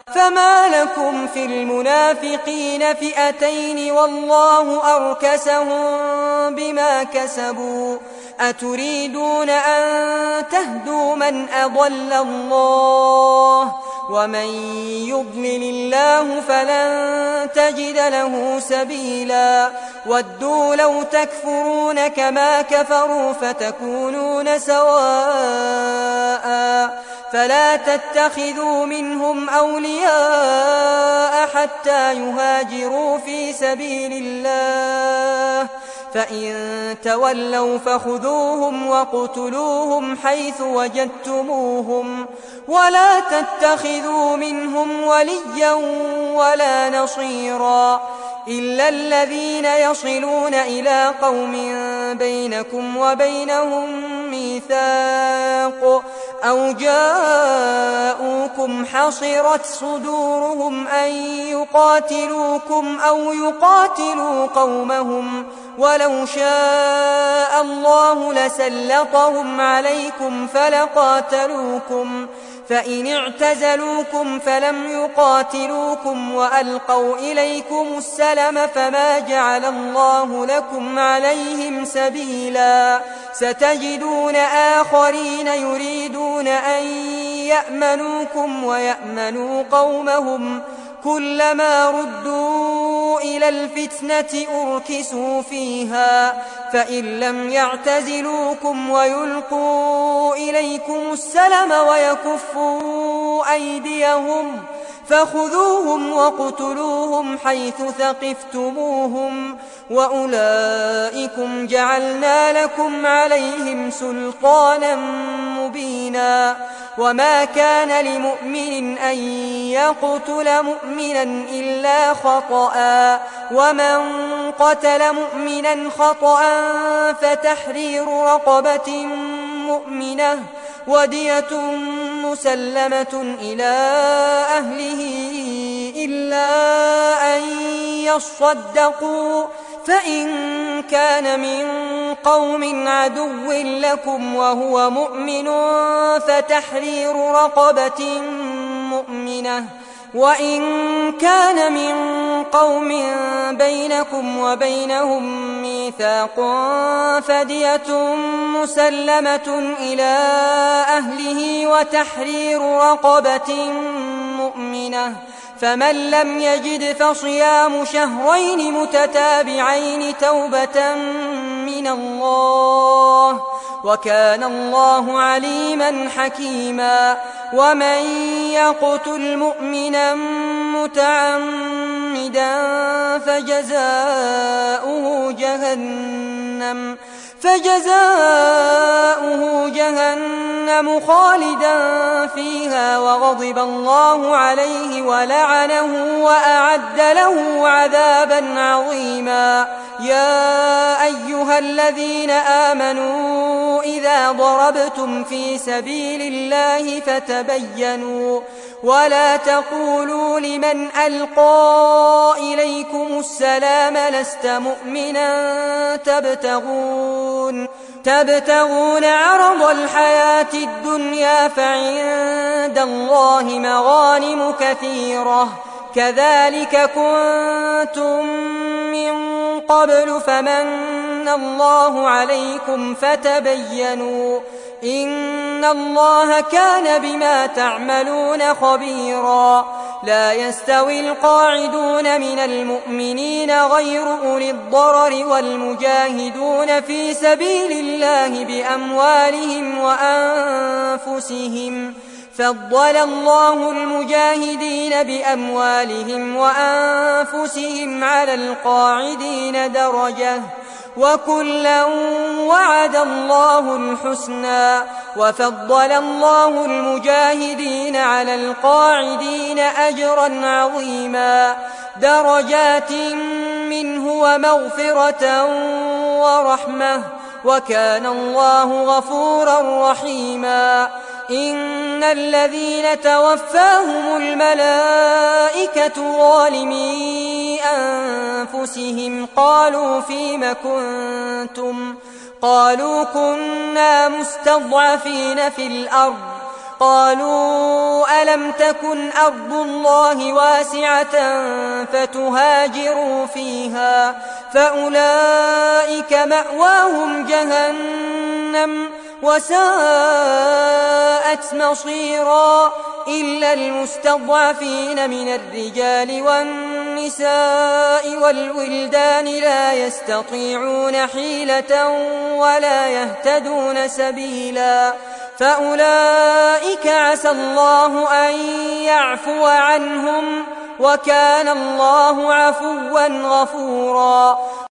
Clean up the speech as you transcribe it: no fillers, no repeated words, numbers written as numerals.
فما لكم في المنافقين فئتين والله أركسهم بما كسبوا أتريدون أن تهدوا من أضل الله ومن يضلل الله فلن تجد له سبيلا ودوا لو تكفرون كما كفروا فتكونون سواء فلا تتخذوا منهم أولياء حتى يهاجروا في سبيل الله فإن تولوا فخذوهم وقتلوهم حيث وجدتموهم ولا تتخذوا منهم وليا ولا نصيرا إلا الذين يصلون إلى قوم بينكم وبينهم ميثاق أو جاءوكم حصرت صدورهم أن يقاتلوكم أو يقاتلوا قومهم ولو شاء الله لسلطهم عليكم فلقاتلوكم فإن اعتزلوكم فلم يقاتلوكم وألقوا إليكم السلم فما جعل الله لكم عليهم سبيلا ستجدون آخرين يريدون أن يأمنوكم ويأمنوا قومهم كلما ردوا إلى الفتنة أركسوا فيها فإن لم يعتزلوكم ويلقوا إليكم السلم ويكفوا أيديهم فخذوهم وقتلوهم حيث ثقفتموهم وأولئكم جعلنا لكم عليهم سلطانا مبينا وما كان لمؤمن أن يقتل مؤمنا إلا خطأ ومن قتل مؤمنا خطأ فتحرير رقبة مؤمنة ودية مسلمة إلى أهله إلا أن يصدقوا فإن كان من قوم عدو لكم وهو مؤمن فتحرير رقبة مؤمنة وإن كان من قوم بينكم وبينهم ميثاق فدية مسلمة إلى أهله وتحرير رقبة مؤمنة فمن لم يجد فصيام شهرين متتابعين توبة من الله وكان الله عليما حكيما ومن يقتل مؤمنا متعمدا فجزاؤه جهنم خالدا فيها وغضب الله عليه ولعنه وأعد له عذابا عظيما يا أيها الذين آمنوا إذا ضربتم في سبيل الله فتبينوا ولا تقولوا لمن ألقى إليكم السلام لست مؤمنا تبتغون عرض الحياة الدنيا فعند الله مغانم كثيرة كذلك كنتم من قبل فمن الله عليكم فتبينوا إن الله كان بما تعملون خبيرا لا يستوي القاعدون من المؤمنين غير أولي الضرر والمجاهدون في سبيل الله بأموالهم وأنفسهم فضل الله المجاهدين بأموالهم وأنفسهم على القاعدين درجة وكلا وعد الله الحسنى وفضل الله المجاهدين على القاعدين أجرا عظيما درجات منه ومغفرة ورحمة وكان الله غفورا رحيما إن الذين توفاهم الملائكة ظالمي أنفسهم قالوا فيم كنتم قالوا كنا مستضعفين في الأرض قالوا ألم تكن أرض الله واسعة فتهاجروا فيها فأولئك مأواهم جهنم وساءت مصيرا إلا المستضعفين من الرجال والنساء والولدان لا يستطيعون حيلة ولا يهتدون سبيلا فأولئك عسى الله أن يعفو عنهم وكان الله عفوا غفورا